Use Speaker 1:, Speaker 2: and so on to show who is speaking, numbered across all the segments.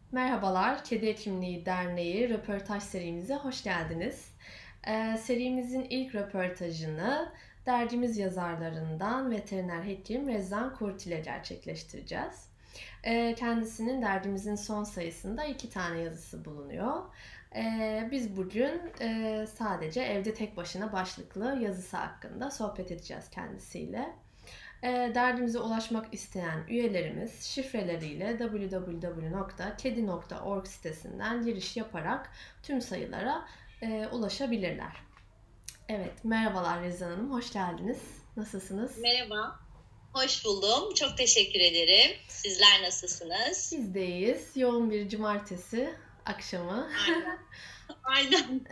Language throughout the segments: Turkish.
Speaker 1: Merhabalar, Kedi Hekimliği Derneği röportaj serimize hoş geldiniz. Serimizin ilk röportajını dergimiz yazarlarından veteriner hekim Rezzan Kurt ile gerçekleştireceğiz. Kendisinin dergimizin son sayısında 2 tane yazısı bulunuyor. Biz bugün sadece evde tek başına başlıklı yazısı hakkında sohbet edeceğiz kendisiyle. Derdimize ulaşmak isteyen üyelerimiz şifreleriyle www.kedi.org sitesinden giriş yaparak tüm sayılara ulaşabilirler. Evet, merhabalar Rezan Hanım, hoş geldiniz. Nasılsınız?
Speaker 2: Merhaba, hoş buldum. Çok teşekkür ederim. Sizler nasılsınız?
Speaker 1: Biz de iyiyiz. Yoğun bir cumartesi akşamı.
Speaker 2: Aynen. Aynen.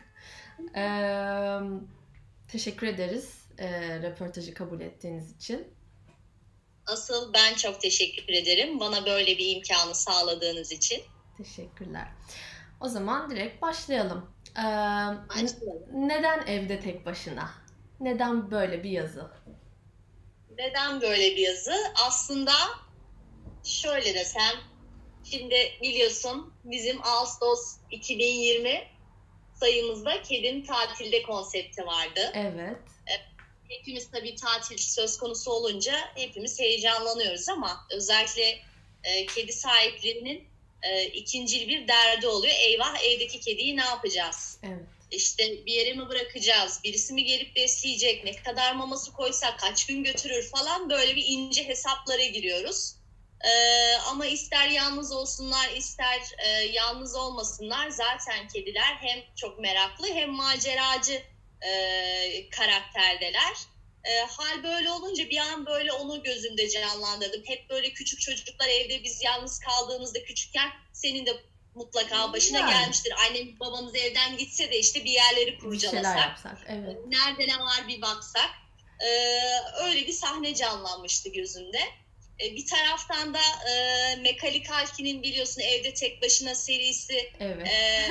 Speaker 1: Teşekkür ederiz röportajı kabul ettiğiniz için.
Speaker 2: Asıl ben çok teşekkür ederim. Bana böyle bir imkanı sağladığınız için.
Speaker 1: Teşekkürler. O zaman direkt başlayalım.
Speaker 2: Başlayalım.
Speaker 1: Neden evde tek başına? Neden böyle bir yazı?
Speaker 2: Neden böyle bir yazı? Aslında şöyle desem, şimdi biliyorsun bizim Ağustos 2020 sayımızda Kedim Tatilde konsepti vardı.
Speaker 1: Evet.
Speaker 2: Hepimiz tabii tatil söz konusu olunca hepimiz heyecanlanıyoruz ama özellikle kedi sahiplerinin ikincil bir derdi oluyor. Eyvah, evdeki kediyi ne yapacağız?
Speaker 1: Evet.
Speaker 2: İşte bir yere mi bırakacağız? Birisi mi gelip besleyecek? Ne kadar maması koysak kaç gün götürür falan, böyle bir ince hesaplara giriyoruz. Ama ister yalnız olsunlar, ister yalnız olmasınlar, zaten kediler hem çok meraklı hem maceracı karakterdeler. Hal böyle olunca bir an böyle onu gözümde canlandırdım. Hep böyle küçük çocuklar evde biz yalnız kaldığımızda küçükken, senin de mutlaka başına gelmiştir. Annem babamız evden gitse de işte bir yerleri kurcalasak.
Speaker 1: Bir şeyler yapsak. Evet.
Speaker 2: Nerede ne var bir baksak. Öyle bir sahne canlanmıştı gözümde. Bir taraftan da Macaulay Culkin'in biliyorsun Evde Tek Başına serisi.
Speaker 1: Evet.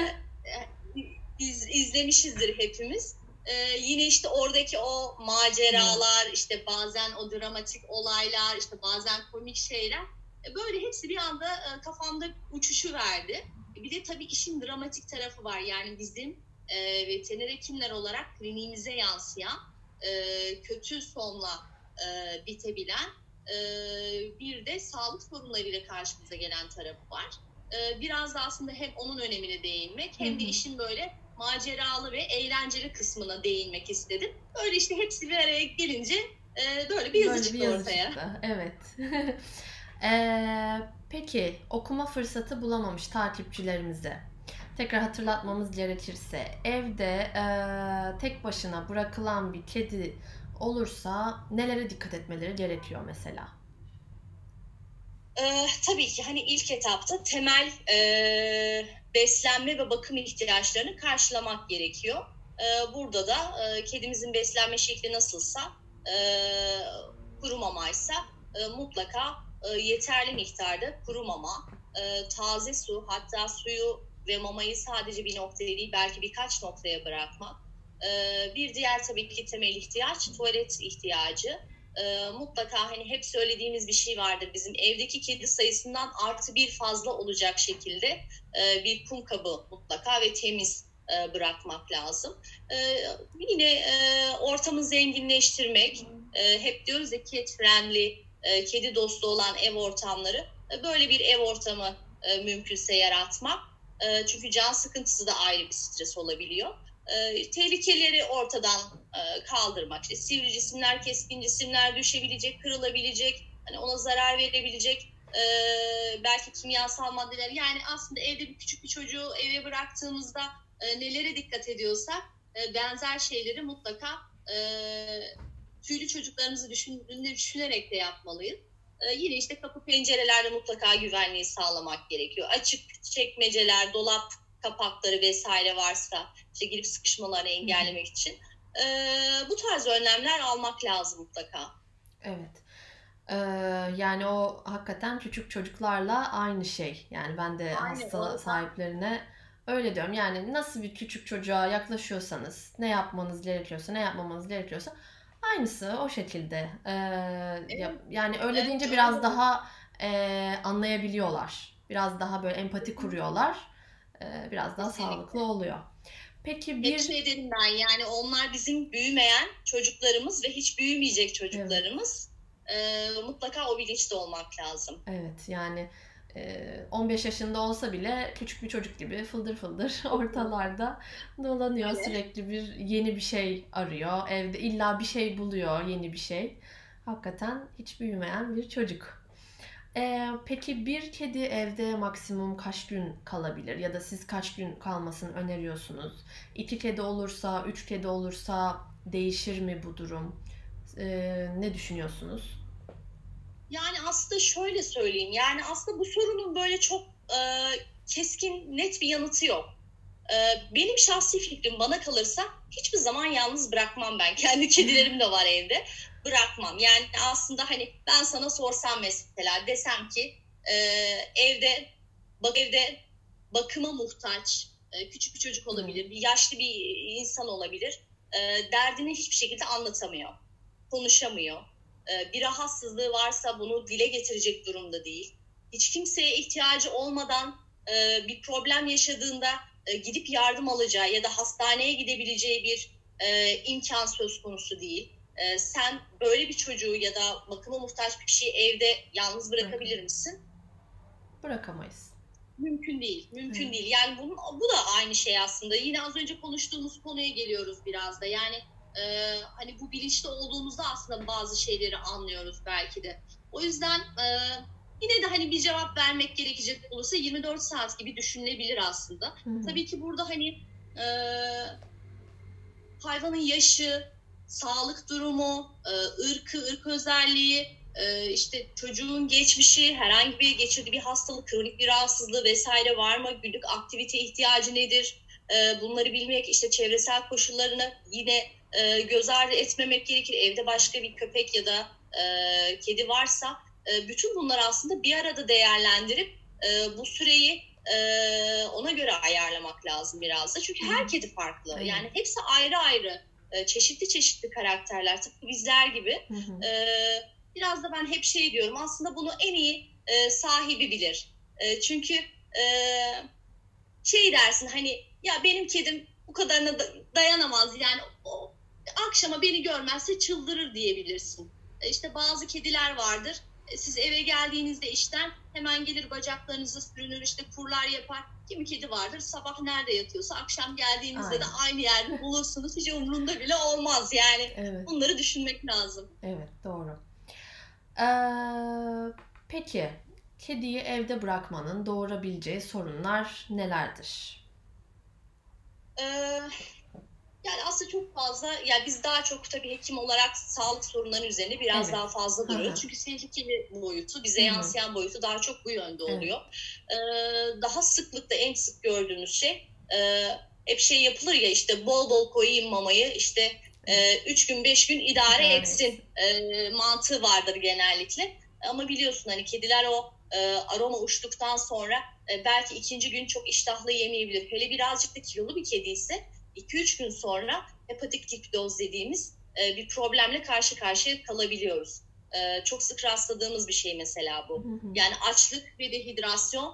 Speaker 2: İzlemişizdir hepimiz. Yine işte oradaki o maceralar, işte bazen o dramatik olaylar, işte bazen komik şeyler. Böyle hepsi bir anda kafamda uçuşu verdi. Bir de tabii işin dramatik tarafı var. Yani bizim veteriner hekimler olarak kliniğimize yansıyan, kötü sonla bitebilen bir de sağlık sorunlarıyla karşımıza gelen tarafı var. Biraz da aslında hem onun önemine değinmek hem de işin böyle maceralı ve eğlenceli kısmına değinmek istedim. Öyle işte hepsi bir araya gelince böyle bir yazı çıktı ortaya.
Speaker 1: Çıktı. Evet. Peki okuma fırsatı bulamamış takipçilerimize tekrar hatırlatmamız gerekirse evde tek başına bırakılan bir kedi olursa nelere dikkat etmeleri gerekiyor mesela?
Speaker 2: Tabii ki hani ilk etapta temel beslenme ve bakım ihtiyaçlarını karşılamak gerekiyor. Burada da kedimizin beslenme şekli nasılsa, kuru mamaysa mutlaka yeterli miktarda kuru mama, taze su, hatta suyu ve mamayı sadece bir noktaya değil belki birkaç noktaya bırakmak. Bir diğer tabii ki temel ihtiyaç tuvalet ihtiyacı. Mutlaka hani hep söylediğimiz bir şey vardır bizim, evdeki kedi sayısından artı bir fazla olacak şekilde bir kum kabı mutlaka ve temiz bırakmak lazım. Yine ortamı zenginleştirmek, hep diyoruz ya cat friendly, kedi dostu olan ev ortamları, böyle bir ev ortamı mümkünse yaratmak. Çünkü can sıkıntısı da ayrı bir stres olabiliyor. Tehlikeleri ortadan kaldırmak. İşte sivri cisimler, keskin cisimler düşebilecek, kırılabilecek, hani ona zarar verebilecek belki kimyasal maddeler. Yani aslında evde bir küçük bir çocuğu eve bıraktığımızda nelere dikkat ediyorsak benzer şeyleri mutlaka tüylü çocuklarımızı düşünerek de yapmalıyız. Yine işte kapı pencerelerde mutlaka güvenliği sağlamak gerekiyor. Açık çekmeceler, dolap kapakları vesaire varsa işte girip sıkışmalarını engellemek için bu tarz önlemler almak lazım mutlaka.
Speaker 1: Evet. Yani o hakikaten küçük çocuklarla aynı şey. Yani ben de hasta sahiplerine öyle diyorum. Yani nasıl bir küçük çocuğa yaklaşıyorsanız, ne yapmanız gerekiyorsa, ne yapmamanız gerekiyorsa aynısı o şekilde. Yani öyle deyince biraz daha anlayabiliyorlar. Biraz daha böyle empati kuruyorlar. Biraz daha
Speaker 2: Kesinlikle.
Speaker 1: sağlıklı oluyor. Peki
Speaker 2: Hep şey dedim ben, yani onlar bizim büyümeyen çocuklarımız ve hiç büyümeyecek çocuklarımız. Mutlaka o bilinçte olmak lazım.
Speaker 1: Evet, yani 15 yaşında olsa bile küçük bir çocuk gibi fıldır fıldır ortalarda dolanıyor.
Speaker 2: Öyle.
Speaker 1: Sürekli yeni bir şey arıyor. Evde illa bir şey buluyor, yeni bir şey. Hakikaten hiç büyümeyen bir çocuk. Peki bir kedi evde maksimum kaç gün kalabilir? Ya da siz kaç gün kalmasını öneriyorsunuz? 2 kedi olursa, 3 kedi olursa değişir mi bu durum? Ne düşünüyorsunuz?
Speaker 2: Yani aslında şöyle söyleyeyim. Yani aslında bu sorunun böyle çok keskin, net bir yanıtı yok. Benim şahsi fikrim, bana kalırsa hiçbir zaman yalnız bırakmam ben. Kendi kedilerim de var evde. Bırakmam. Yani aslında hani ben sana sorsam mesela, desem ki evde bakıma muhtaç küçük bir çocuk olabilir, bir yaşlı bir insan olabilir. Derdini hiçbir şekilde anlatamıyor. Konuşamıyor. Bir rahatsızlığı varsa bunu dile getirecek durumda değil. Hiç kimseye ihtiyacı olmadan bir problem yaşadığında gidip yardım alacağı ya da hastaneye gidebileceği bir imkan söz konusu değil. Sen böyle bir çocuğu ya da bakıma muhtaç bir kişiyi evde yalnız bırakabilir misin?
Speaker 1: Bırakamayız.
Speaker 2: Mümkün değil. Mümkün
Speaker 1: Evet.
Speaker 2: değil. Yani bu da aynı şey aslında. Yine az önce konuştuğumuz konuya geliyoruz biraz da. Yani hani bu bilinçli olduğumuzda aslında bazı şeyleri anlıyoruz belki de. O yüzden yine de hani bir cevap vermek gerekecek olursa 24 saat gibi düşünülebilir aslında. Tabii ki burada hani e, hayvanın yaşı, sağlık durumu, ırk özelliği, işte çocuğun geçmişi, herhangi bir geçirdiği bir hastalık, kronik bir rahatsızlığı vesaire var mı? Günlük aktivite ihtiyacı nedir? Bunları bilmek, işte çevresel koşullarını yine göz ardı etmemek gerekir. Evde başka bir köpek ya da kedi varsa bütün bunları aslında bir arada değerlendirip bu süreyi ona göre ayarlamak lazım biraz da. Çünkü her kedi farklı.
Speaker 1: Evet.
Speaker 2: Yani hepsi ayrı ayrı, çeşitli karakterler. Tıpkı bizler gibi. Biraz da ben hep şey diyorum. Aslında bunu en iyi sahibi bilir. Çünkü şey dersin hani, ya benim kedim bu kadarına dayanamaz. Yani o akşama beni görmezse çıldırır diyebilirsin. İşte bazı kediler vardır. Siz eve geldiğinizde işten hemen gelir, bacaklarınızı sürünür, işte kurlar yapar. Kimi kedi vardır, sabah nerede yatıyorsa akşam geldiğinizde de aynı yerde bulursunuz. Hiç umurunda bile olmaz yani.
Speaker 1: Evet.
Speaker 2: Bunları düşünmek lazım.
Speaker 1: Evet, doğru. Peki, kediyi evde bırakmanın doğurabileceği sorunlar nelerdir?
Speaker 2: Yani aslında çok fazla, yani biz daha çok tabii hekim olarak sağlık sorunlarının üzerine biraz daha fazla duruyoruz. Çünkü tehlikeli boyutu, bize yansıyan boyutu daha çok bu yönde oluyor. Daha sıklıkla en sık gördüğümüz şey, hep şey yapılır ya, işte bol bol koyayım mamayı, işte 3 gün 5 gün idare etsin mantığı vardır genellikle. Ama biliyorsun hani kediler o aroma uçtuktan sonra belki ikinci gün çok iştahlı yemeyebilir. Hele birazcık da kilolu bir kedi ise 2-3 gün sonra hepatik kitoz dediğimiz bir problemle karşı karşıya kalabiliyoruz. Çok sık rastladığımız bir şey mesela bu. Yani açlık ve dehidrasyon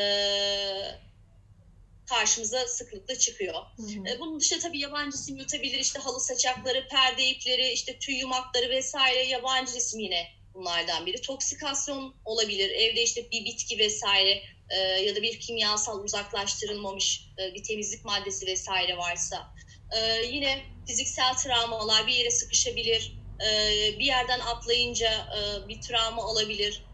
Speaker 2: karşımıza sıklıkla çıkıyor. Bunun dışında tabii yabancı cisim yutabilir, işte halı saçakları, perde ipleri, işte tüy yumakları vesaire, yabancı cisim yine bunlardan biri. Toksikasyon olabilir, evde işte bir bitki vesaire ya da bir kimyasal uzaklaştırılmamış bir temizlik maddesi vesaire varsa. Yine fiziksel travmalar, bir yere sıkışabilir, bir yerden atlayınca bir travma olabilir.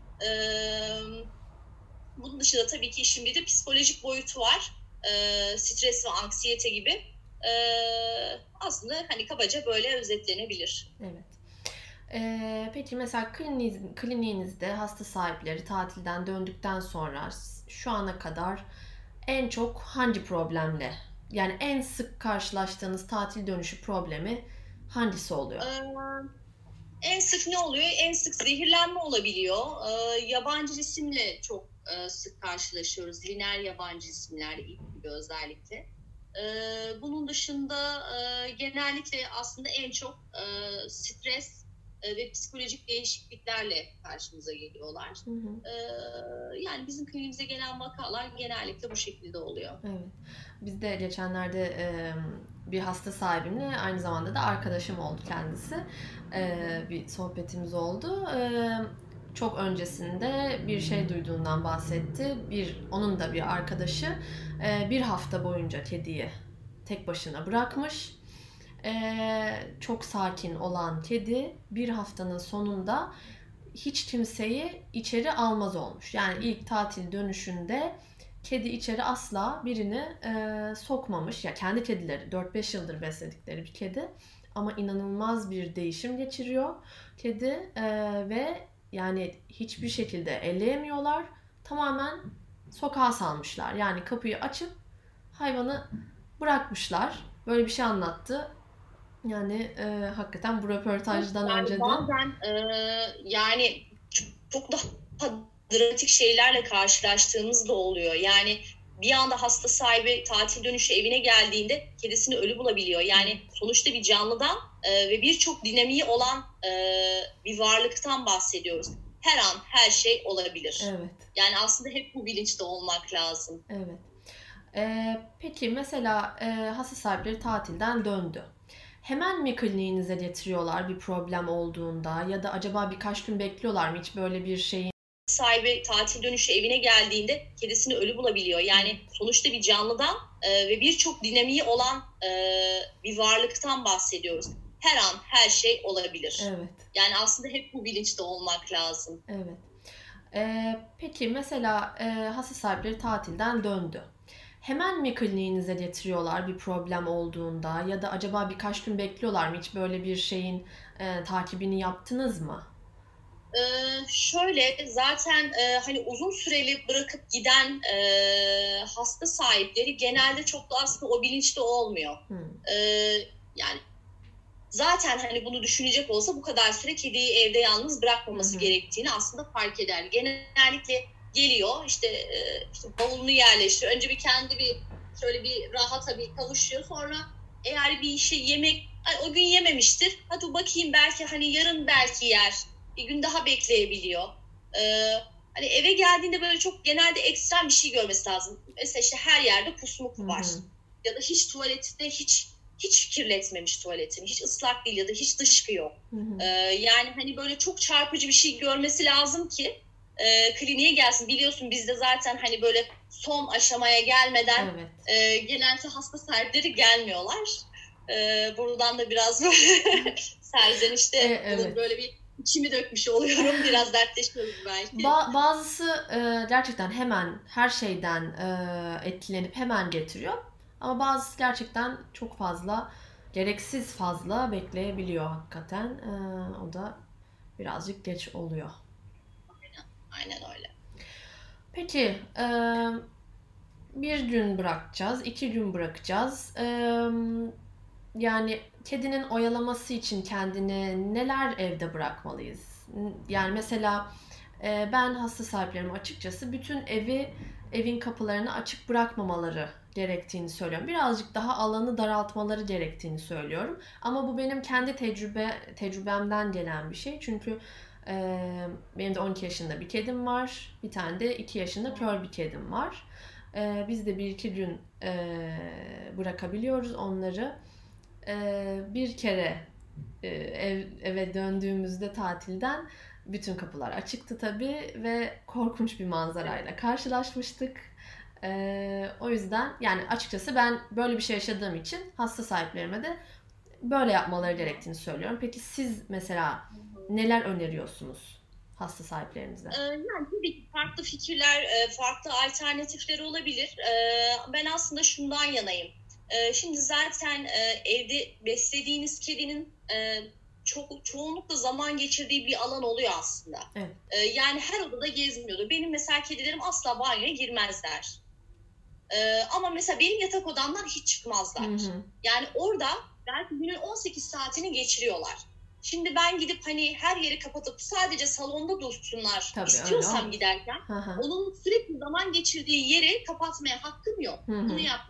Speaker 2: Bunun dışında tabii ki işin bir de psikolojik boyutu var. Stres ve anksiyete gibi. Aslında hani kabaca böyle özetlenebilir.
Speaker 1: Evet. Peki mesela kliniğinizde hasta sahipleri tatilden döndükten sonra şu ana kadar en çok hangi problemle, yani en sık karşılaştığınız tatil dönüşü problemi hangisi oluyor?
Speaker 2: En sık ne oluyor? En sık zehirlenme olabiliyor. Yabancı cisimle çok sık karşılaşıyoruz. Lineer yabancı cisimlerle, ilk gibi özellikle. Bunun dışında genellikle aslında en çok stres ve psikolojik değişikliklerle karşımıza geliyorlar.
Speaker 1: Hı hı.
Speaker 2: Yani bizim kliniğimize gelen vakalar genellikle bu şekilde oluyor.
Speaker 1: Evet. Biz de geçenlerde bir hasta sahibimle aynı zamanda da arkadaşım oldu kendisi. Bir sohbetimiz oldu. Çok öncesinde bir şey duyduğundan bahsetti. Onun da bir arkadaşı bir hafta boyunca kediyi tek başına bırakmış. Çok sakin olan kedi bir haftanın sonunda hiç kimseyi içeri almaz olmuş. Yani ilk tatil dönüşünde kedi içeri asla birini sokmamış. Ya kendi kedileri 4-5 yıldır besledikleri bir kedi ama inanılmaz bir değişim geçiriyor kedi ve yani hiçbir şekilde elleyemiyorlar. Tamamen sokağa salmışlar. Yani kapıyı açıp hayvanı bırakmışlar. Böyle bir şey anlattı. Yani hakikaten bu röportajdan
Speaker 2: Yani
Speaker 1: önce de
Speaker 2: bazen yani çok daha dramatik şeylerle karşılaştığımız da oluyor. Yani bir anda hasta sahibi tatil dönüşü evine geldiğinde kedisini ölü bulabiliyor. Yani sonuçta bir canlıdan ve birçok dinamiği olan bir varlıktan bahsediyoruz. Her an her şey olabilir.
Speaker 1: evet.
Speaker 2: Yani aslında hep bu bilinçte olmak lazım.
Speaker 1: Evet. Peki mesela hasta sahipleri tatilden döndü. Hemen mi kliniğinize getiriyorlar bir problem olduğunda ya da acaba birkaç gün bekliyorlar mı hiç böyle bir şeyin?
Speaker 2: Sahibi tatil dönüşü evine geldiğinde kedisini ölü bulabiliyor. Yani sonuçta bir canlıdan ve birçok dinamiği olan bir varlıktan bahsediyoruz. Her an her şey olabilir.
Speaker 1: Evet.
Speaker 2: Yani aslında hep bu bilinçte olmak lazım.
Speaker 1: Evet. Peki mesela hasta sahipleri tatilden döndü. Hemen mi kliniğinize getiriyorlar bir problem olduğunda ya da acaba birkaç gün bekliyorlar mı hiç böyle bir şeyin takibini yaptınız mı?
Speaker 2: Şöyle zaten hani uzun süreli bırakıp giden hasta sahipleri genelde çok da aslında o bilinçte olmuyor. Yani zaten hani bunu düşünecek olsa bu kadar süre kediyi evde yalnız bırakmaması gerektiğini aslında fark eder. Genellikle geliyor işte bavulunu yerleştiriyor. Önce bir kendi bir şöyle bir rahata bir kavuşuyor. Sonra eğer bir şey yemek o gün yememiştir. Hadi bakayım belki hani yarın belki yer. Bir gün daha bekleyebiliyor. Hani eve geldiğinde böyle çok genelde ekstrem bir şey görmesi lazım. Mesela işte her yerde kusmuk var. Ya da hiç tuvalette hiç kirletmemiş tuvaletini. Hiç ıslak değil ya da hiç dışkı yok. Yani hani böyle çok çarpıcı bir şey görmesi lazım ki kliniğe gelsin. Biliyorsun bizde zaten hani böyle son aşamaya gelmeden genelde hasta sahipleri gelmiyorlar. Buradan da biraz böyle serzenişte böyle bir içimi dökmüş oluyorum. Biraz dertleşiyoruz belki.
Speaker 1: Bazısı gerçekten hemen her şeyden etkilenip hemen getiriyor. Ama bazısı gerçekten çok fazla, gereksiz fazla bekleyebiliyor hakikaten. O da birazcık geç oluyor.
Speaker 2: Aynen öyle.
Speaker 1: Peki, bir gün bırakacağız, 2 gün bırakacağız. Yani kedinin oyalaması için kendini neler evde bırakmalıyız? Yani mesela ben hasta sahiplerime açıkçası bütün evin kapılarını açık bırakmamaları gerektiğini söylüyorum. Birazcık daha alanı daraltmaları gerektiğini söylüyorum. Ama bu benim kendi tecrübemden gelen bir şey. Çünkü benim de 12 yaşında bir kedim var. Bir tane de 2 yaşında kör bir kedim var. Biz de 1-2 gün bırakabiliyoruz onları. Bir kere eve döndüğümüzde tatilden bütün kapılar açıktı tabii ve korkunç bir manzarayla karşılaşmıştık. O yüzden yani açıkçası ben böyle bir şey yaşadığım için hasta sahiplerime de böyle yapmaları gerektiğini söylüyorum. Peki siz mesela neler öneriyorsunuz hasta sahiplerinize?
Speaker 2: Yani tabii ki farklı fikirler, farklı alternatifler olabilir. Ben aslında şundan yanayım. Şimdi zaten evde beslediğiniz kedinin çoğunlukla zaman geçirdiği bir alan oluyor aslında.
Speaker 1: Evet.
Speaker 2: Yani her odada gezmiyordu. Benim mesela kedilerim asla banyoya girmezler. Ama mesela benim yatak odamdan hiç çıkmazlar. Yani orada belki günün 18 saatini geçiriyorlar. Şimdi ben gidip hani her yeri kapatıp sadece salonda dursunlar istiyorsam giderken onun sürekli zaman geçirdiği yeri kapatmaya hakkım yok. Bunu yapmam.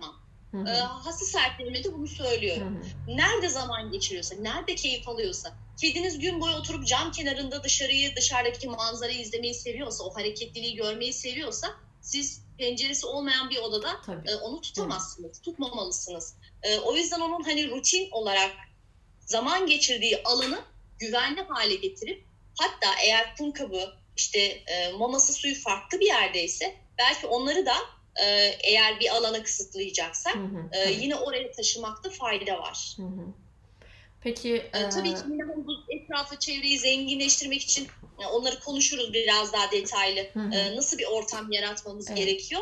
Speaker 1: Hı hı.
Speaker 2: Hasta sahiplerime de bunu
Speaker 1: Hı
Speaker 2: söylüyorum.
Speaker 1: hı.
Speaker 2: Nerede zaman geçiriyorsa, nerede keyif alıyorsa, kediniz gün boyu oturup cam kenarında dışarıdaki manzarayı izlemeyi seviyorsa, o hareketliliği görmeyi seviyorsa, siz penceresi olmayan bir odada
Speaker 1: Tabii.
Speaker 2: onu
Speaker 1: Evet.
Speaker 2: tutamazsınız, tutmamalısınız. O yüzden onun hani rutin olarak zaman geçirdiği alanı güvenli hale getirip, hatta eğer kum kabı, işte maması, suyu farklı bir yerdeyse belki onları da eğer bir alana kısıtlayacaksak
Speaker 1: Hı hı. Tabii.
Speaker 2: yine oraya taşımakta fayda var.
Speaker 1: Hı hı. Peki
Speaker 2: Tabii ki yine bu etrafı, çevreyi zenginleştirmek için onları konuşuruz biraz daha detaylı.
Speaker 1: Hı hı.
Speaker 2: Nasıl bir ortam yaratmamız
Speaker 1: Evet.
Speaker 2: gerekiyor?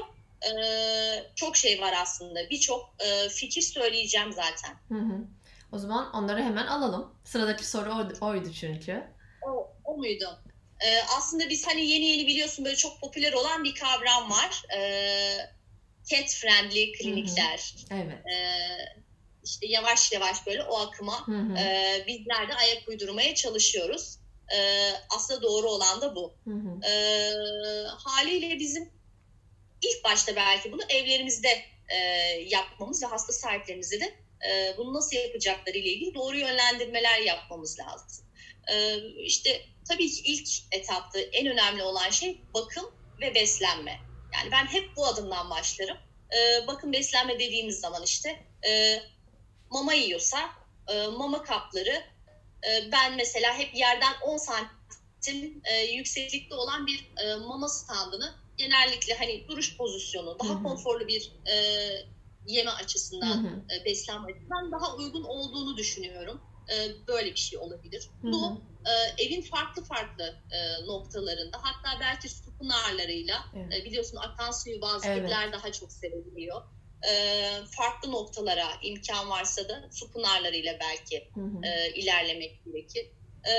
Speaker 2: Çok şey var aslında. Birçok fikir söyleyeceğim zaten.
Speaker 1: Hı hı. O zaman onları hemen alalım. Sıradaki soru oydu çünkü.
Speaker 2: O muydu? Aslında biz hani yeni biliyorsun böyle çok popüler olan bir kavram var. Cat friendly
Speaker 1: Hı hı.
Speaker 2: klinikler.
Speaker 1: Evet.
Speaker 2: İşte yavaş yavaş böyle o akıma
Speaker 1: Hı hı.
Speaker 2: bizler de ayak uydurmaya çalışıyoruz. Aslında doğru olan da bu.
Speaker 1: Hı hı.
Speaker 2: Haliyle bizim ilk başta belki bunu evlerimizde yapmamız ve hasta sahiplerimizde de bunu nasıl yapacakları ile ilgili doğru yönlendirmeler yapmamız lazım. İşte tabii ki ilk etapta en önemli olan şey bakım ve beslenme. Yani ben hep bu adımdan başlarım. Bakım, beslenme dediğimiz zaman işte mama yiyorsa mama kapları, ben mesela hep yerden 10 santim yükseklikte olan bir mama standını genellikle hani duruş pozisyonu, daha konforlu bir yeme açısından, beslenme açısından daha uygun olduğunu düşünüyorum. Böyle bir şey olabilir. Bu evin farklı noktalarında, hatta belki su pınarlarıyla, biliyorsun akan suyu bazı kediler daha çok sevebiliyor. Farklı noktalara imkan varsa da su pınarlarıyla belki ilerlemek gerekir.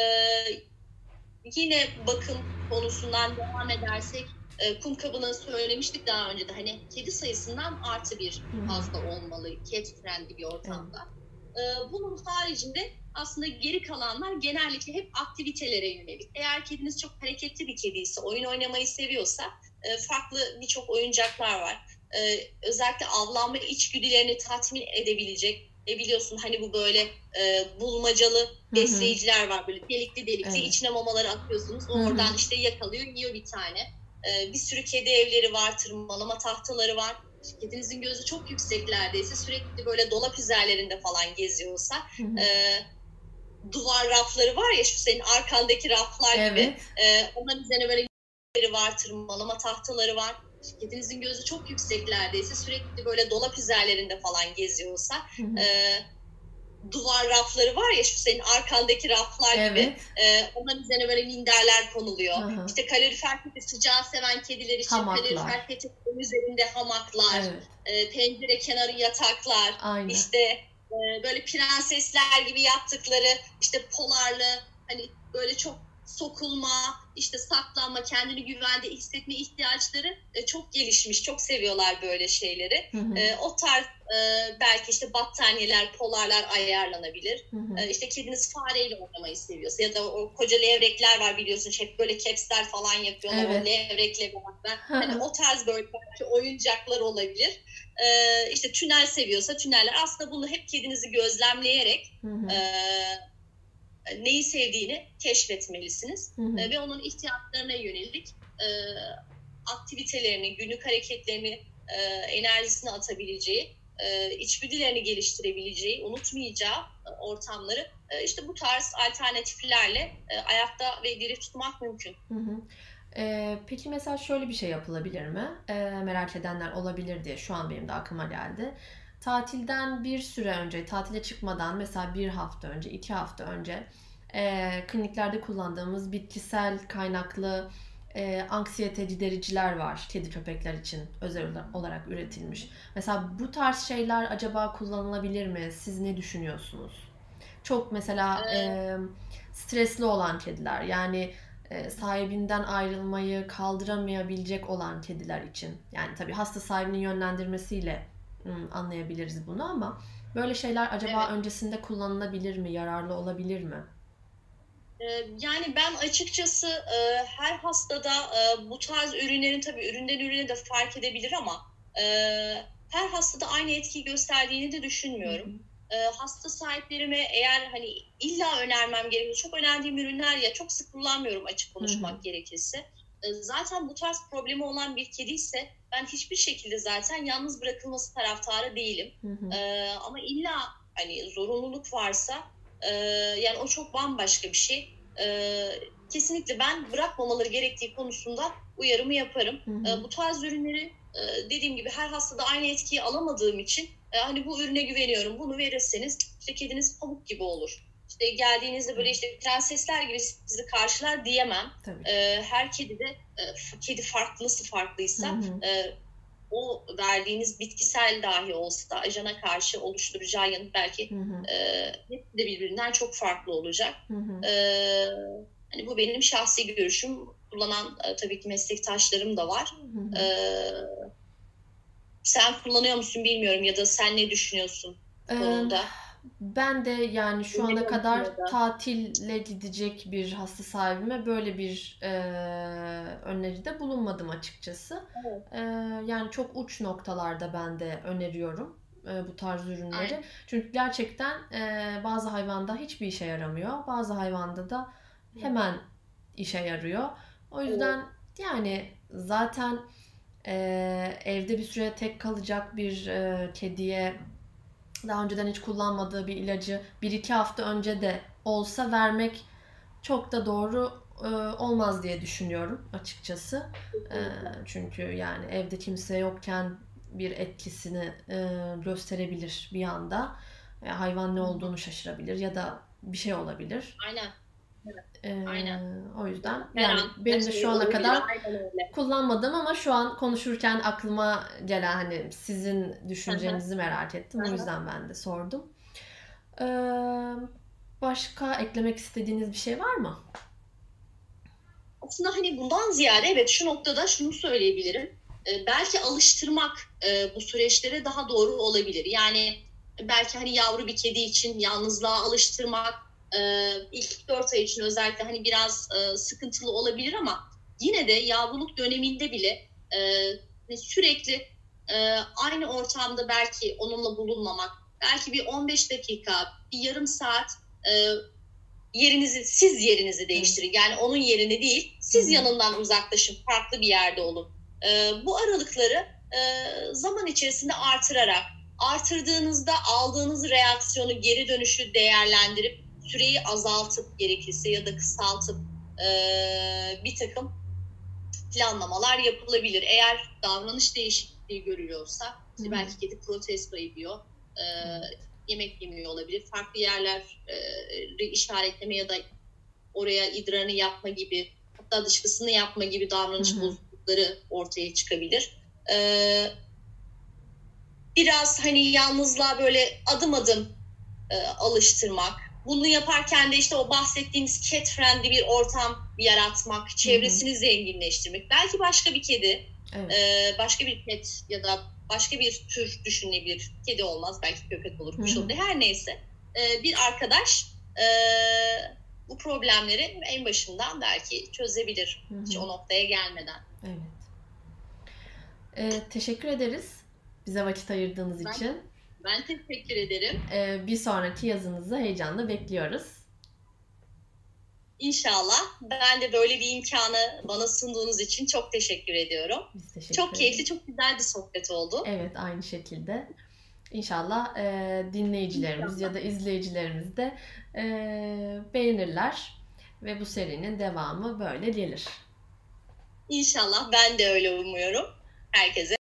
Speaker 2: Yine bakım konusundan devam edersek, kum kabını söylemiştik daha önce de, hani kedi sayısından artı bir fazla olmalı cat friendly bir ortamda. Bunun haricinde aslında geri kalanlar genellikle hep aktivitelere yönelik. Eğer kediniz çok hareketli bir kediyse, oyun oynamayı seviyorsa farklı birçok oyuncaklar var. Özellikle avlanma içgüdülerini tatmin edebilecek. Biliyorsun hani bu böyle bulmacalı besleyiciler var, böyle delikli içine mamaları atıyorsunuz. Oradan işte yakalıyor, yiyor bir tane. Bir sürü kedi evleri var, tırmalama tahtaları var. Kedinizin gözü çok yükseklerdeyse, sürekli böyle dolap üzerlerinde falan geziyorsa, duvar rafları var ya, şu senin arkandaki raflar gibi. Onların üzerine böyle var, tırmalama tahtaları var. Kedinizin gözü çok yükseklerdeyse, sürekli böyle dolap üzerlerinde falan geziyorsa, duvar rafları var ya, şu senin arkandaki raflar gibi. Onların üzerine böyle minderler konuluyor. İşte kalorifer peti, sıcağı seven kediler için kalorifer peti üzerinde hamaklar, pencere kenarı yataklar, işte böyle prensesler gibi yattıkları, işte polarlı, hani böyle çok sokulma, işte saklanma, kendini güvende hissetme ihtiyaçları çok gelişmiş. Çok seviyorlar böyle şeyleri. O tarz belki işte battaniyeler, polarlar ayarlanabilir. İşte kediniz fareyle oynamayı seviyorsa, ya da o koca levrekler var biliyorsun, hep böyle kepsler falan yapıyorlar. O levrekle beraber. Hani o tarz böyle belki oyuncaklar olabilir. İşte tünel seviyorsa tüneller. Aslında bunu hep kedinizi gözlemleyerek neyi sevdiğini keşfetmelisiniz. Ve onun ihtiyaçlarına yönelik aktivitelerini, günlük hareketlerini, enerjisini atabileceği, içgüdülerini geliştirebileceği, unutmayacağı ortamları işte bu tarz alternatiflerle ayakta ve diri tutmak mümkün.
Speaker 1: Peki mesela şöyle bir şey yapılabilir mi? Merak edenler olabilir diye şu an benim de aklıma geldi. Tatilden bir süre önce, tatile çıkmadan mesela 1 hafta önce, 2 hafta önce kliniklerde kullandığımız bitkisel kaynaklı anksiyete gidericiler var kedi köpekler için özel olarak üretilmiş. Mesela bu tarz şeyler acaba kullanılabilir mi? Siz ne düşünüyorsunuz? Çok mesela stresli olan kediler, yani sahibinden ayrılmayı kaldıramayabilecek olan kediler için. Yani tabii hasta sahibinin yönlendirmesiyle anlayabiliriz bunu, ama böyle şeyler acaba öncesinde kullanılabilir mi? Yararlı olabilir mi?
Speaker 2: Yani ben açıkçası her hastada bu tarz ürünlerin, tabii üründen ürüne de fark edebilir ama Her hastada aynı etkiyi gösterdiğini de düşünmüyorum. Hasta sahiplerime eğer hani illa önermem gerekiyor. Çok önerdiğim ürünler ya, çok sık kullanmıyorum açık konuşmak gerekirse. Zaten bu tarz problemi olan bir kedi ise ben hiçbir şekilde zaten yalnız bırakılması taraftarı değilim. Ama illa hani zorunluluk varsa yani o çok bambaşka bir şey. Kesinlikle ben bırakmamaları gerektiği konusunda uyarımı yaparım. Bu tarz ürünleri dediğim gibi her hastada aynı etkiyi alamadığım için hani bu ürüne güveniyorum. Bunu verirseniz işte kediniz pamuk gibi olur. İşte geldiğinizde böyle işte prensesler gibi sizi karşılar diyemem. Her kedi de kedi farklısı farklıysa o verdiğiniz bitkisel dahi olsa da ajana karşı oluşturacağı yanıt belki hepsi de birbirinden çok farklı olacak. Hani bu benim şahsi görüşüm. Kullanan tabii ki meslektaşlarım da var. Sen kullanıyor musun bilmiyorum ya da sen ne düşünüyorsun bu konuda?
Speaker 1: Ben de yani şu ana kadar tatile gidecek bir hasta sahibime böyle bir öneride bulunmadım açıkçası.
Speaker 2: Evet.
Speaker 1: Yani çok uç noktalarda ben de öneriyorum bu tarz ürünleri.
Speaker 2: Aynen.
Speaker 1: Çünkü gerçekten bazı hayvanda hiçbir işe yaramıyor. Bazı hayvanda da hemen işe yarıyor. O yüzden yani zaten evde bir süre tek kalacak bir kediye daha önceden hiç kullanmadığı bir ilacı 1-2 hafta önce de olsa vermek çok da doğru olmaz diye düşünüyorum açıkçası. Çünkü yani evde kimse yokken bir etkisini gösterebilir bir anda. Hayvan ne olduğunu şaşırabilir ya da bir şey olabilir.
Speaker 2: Aynen. Aynen.
Speaker 1: O yüzden yani benim de şu ana kadar kullanmadım ama şu an konuşurken aklıma gelen hani sizin düşüncenizi merak ettim. O yüzden ben de sordum. Başka eklemek istediğiniz bir şey var mı?
Speaker 2: Aslında hani bundan ziyade evet şu noktada şunu söyleyebilirim. Belki alıştırmak bu süreçlere daha doğru olabilir. Yani belki hani yavru bir kedi için yalnızlığa alıştırmak ilk 4 ay için özellikle hani biraz sıkıntılı olabilir ama yine de yavruluk döneminde bile sürekli aynı ortamda belki onunla bulunmamak, belki bir 15 dakika, bir yarım saat siz yerinizi değiştirin. Yani onun yerini değil, siz yanından uzaklaşın, farklı bir yerde olun. Bu aralıkları zaman içerisinde artırdığınızda aldığınız reaksiyonu, geri dönüşü değerlendirip süreyi azaltıp gerekirse ya da kısaltıp bir takım planlamalar yapılabilir. Eğer davranış değişikliği görülüyorsa, işte belki kedi protesto ediyor, yemek yemiyor olabilir, farklı yerleri işaretleme ya da oraya idrarını yapma gibi, hatta dışkısını yapma gibi davranış bozuklukları ortaya çıkabilir. Biraz hani yalnızlığa böyle adım adım alıştırmak. Bunu yaparken de işte o bahsettiğimiz cat friendly bir ortam yaratmak, çevresini zenginleştirmek. Belki başka bir kedi, başka bir pet ya da başka bir tür düşünülebilir. Kedi olmaz, belki köpek olur, kuş olur. Her neyse bir arkadaş bu problemleri en başından belki çözebilir. Hiç o noktaya gelmeden.
Speaker 1: Evet. Teşekkür ederiz bize vakit ayırdığınız için.
Speaker 2: Ben teşekkür ederim.
Speaker 1: Bir sonraki yazınızı heyecanla bekliyoruz.
Speaker 2: İnşallah. Ben de böyle bir imkanı bana sunduğunuz için çok teşekkür ediyorum.
Speaker 1: Biz teşekkür
Speaker 2: çok keyifli, çok güzel bir sohbet oldu.
Speaker 1: Evet, aynı şekilde. İnşallah dinleyicilerimiz ya da izleyicilerimiz de beğenirler ve bu serinin devamı böyle gelir.
Speaker 2: İnşallah, ben de öyle umuyorum. Herkese